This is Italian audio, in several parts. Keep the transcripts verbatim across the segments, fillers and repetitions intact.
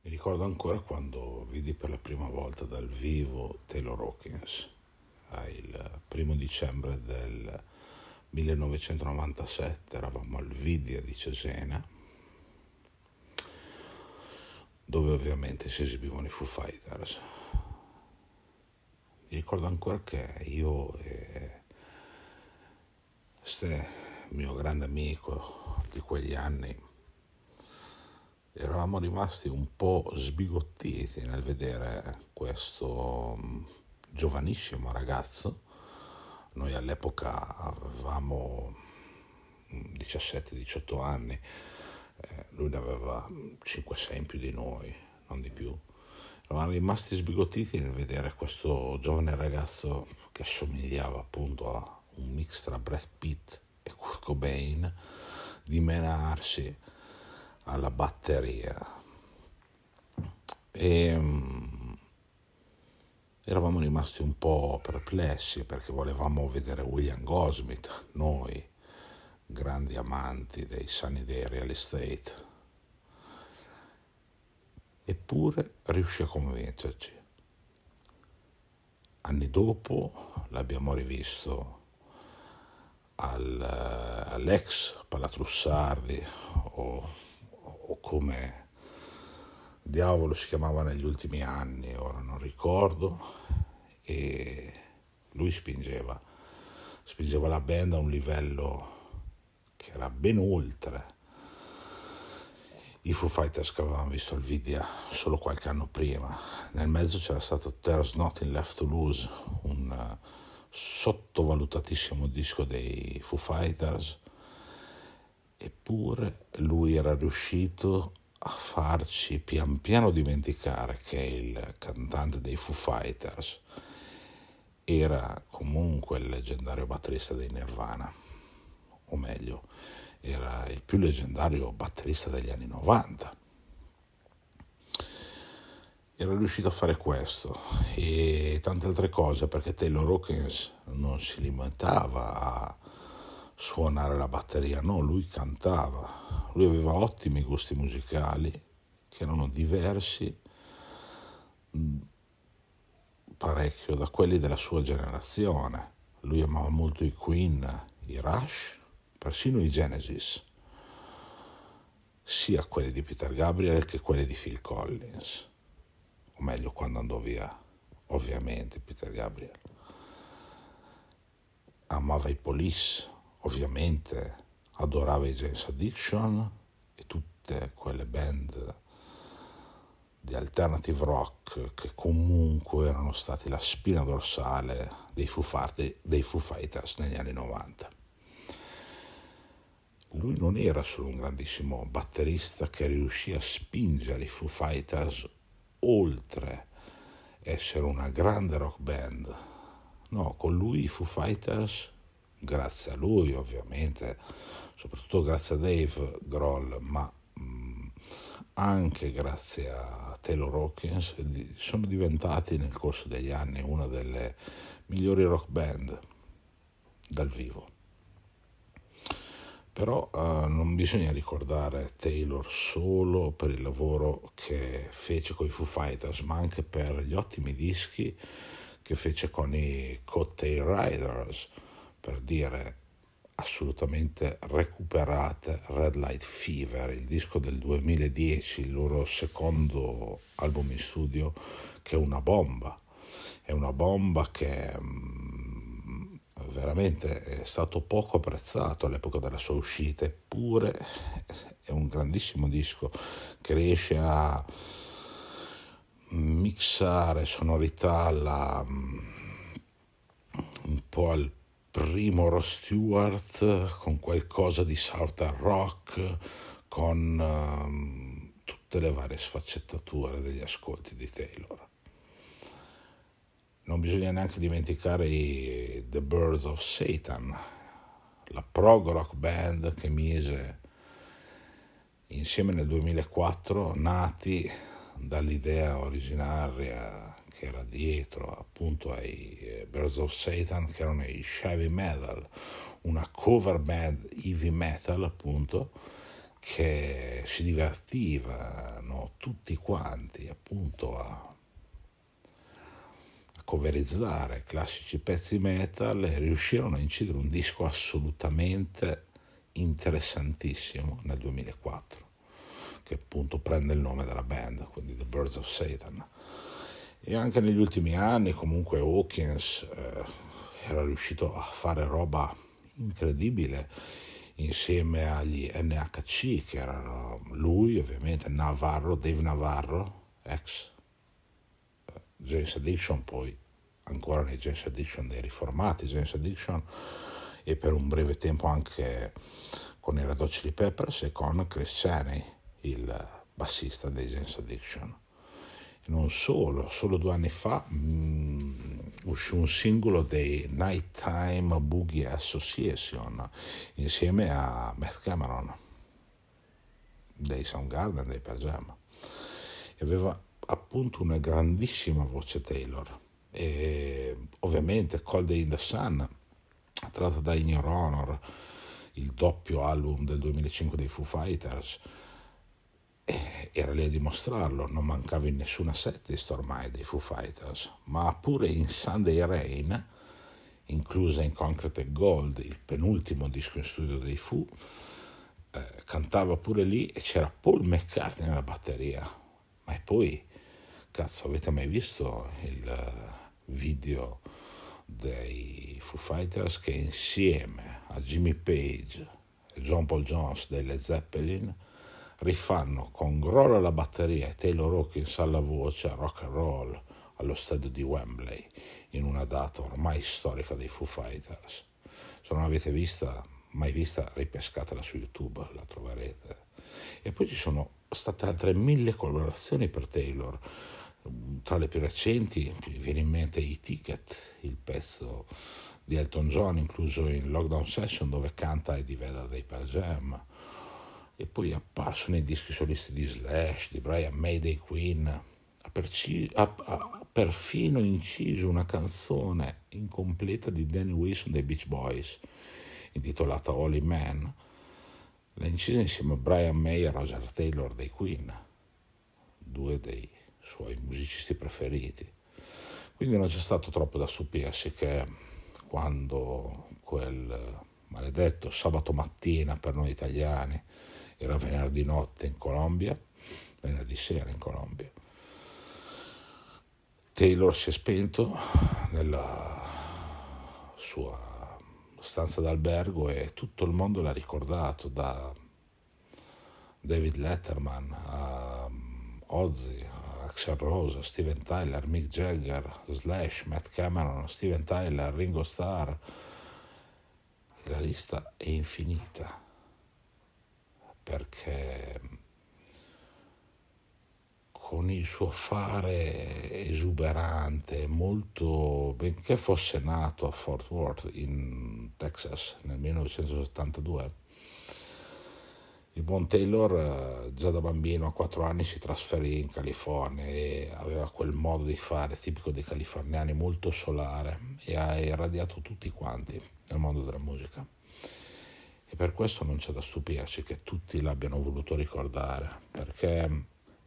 Mi ricordo ancora quando vidi per la prima volta dal vivo Taylor Hawkins, era il primo dicembre del millenovecentonovantasette, eravamo al Vidia di Cesena, dove ovviamente si esibivano i Foo Fighters. Mi ricordo ancora che io e Ste, mio grande amico di quegli anni, eravamo rimasti un po' sbigottiti nel vedere questo giovanissimo ragazzo. Noi all'epoca avevamo diciassette diciotto anni, eh, lui ne aveva cinque sei in più di noi, non di più. Eravamo rimasti sbigottiti nel vedere questo giovane ragazzo che assomigliava appunto a un mix tra Brad Pitt e Kurt Cobain, dimenarsi alla batteria. E um, eravamo rimasti un po' perplessi perché volevamo vedere William Goldsmith, noi grandi amanti dei Sunny Day Real Estate. Eppure riuscì a convincerci. Anni dopo l'abbiamo rivisto al, all'ex Palatrussardi o, o come diavolo si chiamava negli ultimi anni, ora non ricordo, e lui spingeva, spingeva la band a un livello che era ben oltre i Foo Fighters che avevamo visto al Vidia solo qualche anno prima. Nel mezzo c'era stato There's Nothing Left to Lose, un uh, sottovalutatissimo disco dei Foo Fighters, eppure lui era riuscito a farci pian piano dimenticare che il cantante dei Foo Fighters era comunque il leggendario batterista dei Nirvana, o meglio, era il più leggendario batterista degli anni novanta. Era riuscito a fare questo e tante altre cose, perché Taylor Hawkins non si limitava a suonare la batteria, no, lui cantava. Lui aveva ottimi gusti musicali che erano diversi parecchio da quelli della sua generazione. Lui amava molto i Queen, i Rush, persino i Genesis, sia quelli di Peter Gabriel che quelli di Phil Collins, o meglio quando andò via, ovviamente, Peter Gabriel. Amava i Police, ovviamente, adorava i Jane's Addiction e tutte quelle band di alternative rock che comunque erano stati la spina dorsale dei Foo Fighters, dei Foo Fighters negli anni novanta. Lui non era solo un grandissimo batterista che riuscì a spingere i Foo Fighters oltre essere una grande rock band. No, con lui i Foo Fighters, grazie a lui ovviamente, soprattutto grazie a Dave Grohl, ma mh, anche grazie a Taylor Hawkins, sono diventati nel corso degli anni una delle migliori rock band dal vivo. Però uh, non bisogna ricordare Taylor solo per il lavoro che fece con i Foo Fighters, ma anche per gli ottimi dischi che fece con i Coattail Riders, per dire assolutamente recuperate Red Light Fever, il disco del duemiladieci, il loro secondo album in studio, che è una bomba, è una bomba che mh, veramente è stato poco apprezzato all'epoca della sua uscita, eppure è un grandissimo disco che riesce a mixare sonorità alla, un po' al primo Rod Stewart, con qualcosa di Southern rock, con um, tutte le varie sfaccettature degli ascolti di Taylor. Non bisogna neanche dimenticare i The Birds of Satan, la prog rock band che mise insieme nel duemilaquattro, nati dall'idea originaria che era dietro appunto ai Birds of Satan, che erano i Heavy Metal, una cover band heavy metal appunto, che si divertivano tutti quanti appunto a, a coverizzare classici pezzi metal e riuscirono a incidere un disco assolutamente interessantissimo nel duemilaquattro, che appunto prende il nome della band, quindi The Birds of Satan. E anche negli ultimi anni comunque Hawkins eh, era riuscito a fare roba incredibile insieme agli N H C, che erano lui ovviamente, Navarro, Dave Navarro, ex eh, Jane's Addiction, poi ancora nei Jane's Addiction dei riformati Jane's Addiction, e per un breve tempo anche con i Red Hot Chili Peppers e con Chris Chaney, il bassista dei Jane's Addiction. E non solo, solo due anni fa mh, uscì un singolo dei Nighttime Boogie Association insieme a Matt Cameron dei Soundgarden, dei Pearl Jam, e aveva appunto una grandissima voce Taylor. E ovviamente Cold Day in the Sun, tratto da In Your Honor, il doppio album del duemilacinque dei Foo Fighters, era lì a dimostrarlo. Non mancava in nessuna setlist ormai dei Foo Fighters, ma pure in Sunday Rain, inclusa in Concrete and Gold, il penultimo disco in studio dei Foo, eh, cantava pure lì, e c'era Paul McCartney nella batteria. Ma e poi, cazzo, avete mai visto il video dei Foo Fighters che insieme a Jimmy Page e John Paul Jones dei Led Zeppelin rifanno con Grohl alla batteria e Taylor Hawkins alla voce a Rock and Roll allo stadio di Wembley, in una data ormai storica dei Foo Fighters? Se non l'avete vista, mai vista, ripescatela su YouTube, la troverete. E poi ci sono state altre mille collaborazioni per Taylor. Tra le più recenti mi viene in mente I Ticket, il pezzo di Elton John incluso in Lockdown Session, dove canta Eddie Vedder dei Pearl Jam. E poi è apparso nei dischi solisti di Slash, di Brian May dei Queen, ha, perci- ha, ha perfino inciso una canzone incompleta di Danny Wilson dei Beach Boys, intitolata Holy Man. L'ha incisa insieme a Brian May e Roger Taylor dei Queen, due dei suoi musicisti preferiti. Quindi non c'è stato troppo da stupirsi che quando quel maledetto sabato mattina per noi italiani, era venerdì notte in Colombia, venerdì sera in Colombia, Taylor si è spento nella sua stanza d'albergo e tutto il mondo l'ha ricordato, da David Letterman a Ozzy, a Axl Rose, Steven Tyler, Mick Jagger, Slash, Matt Cameron, Steven Tyler, Ringo Starr. E la lista è infinita, perché con il suo fare esuberante, molto, benché fosse nato a Fort Worth in Texas nel millenovecentosettantadue, il buon Taylor già da bambino a quattro anni si trasferì in California e aveva quel modo di fare tipico dei californiani, molto solare, e ha irradiato tutti quanti nel mondo della musica. E per questo non c'è da stupirci che tutti l'abbiano voluto ricordare, perché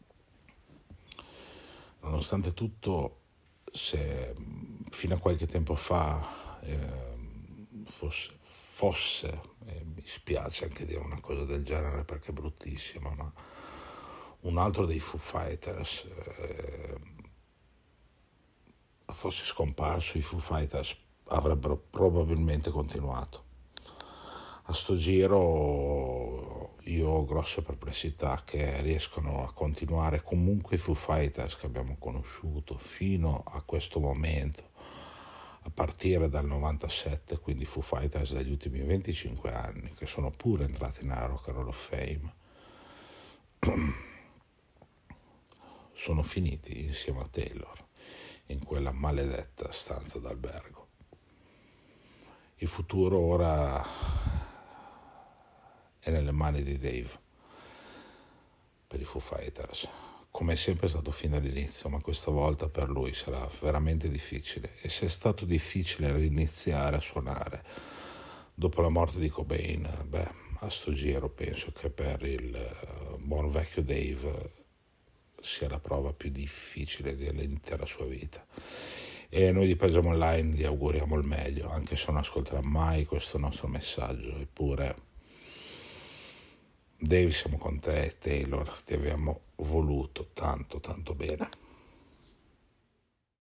nonostante tutto, se fino a qualche tempo fa eh, fosse, fosse eh, mi spiace anche dire una cosa del genere perché è bruttissima, ma un altro dei Foo Fighters eh, fosse scomparso, i Foo Fighters avrebbero probabilmente continuato. A sto giro io ho grosse perplessità che riescano a continuare comunque i Foo Fighters che abbiamo conosciuto fino a questo momento, a partire dal novantasette, quindi Foo Fighters degli ultimi venticinque anni, che sono pure entrati nella Rock and Roll of Fame, sono finiti insieme a Taylor in quella maledetta stanza d'albergo. Il futuro ora è nelle mani di Dave per i Foo Fighters, come è sempre stato fin dall'inizio, ma questa volta per lui sarà veramente difficile. E se è stato difficile riniziare a suonare dopo la morte di Cobain, beh, a sto giro penso che per il buon vecchio Dave sia la prova più difficile dell'intera sua vita. E noi di Paggiamo Online gli auguriamo il meglio, anche se non ascolterà mai questo nostro messaggio. Eppure, Dave, siamo con te, Taylor, ti abbiamo voluto tanto tanto bene.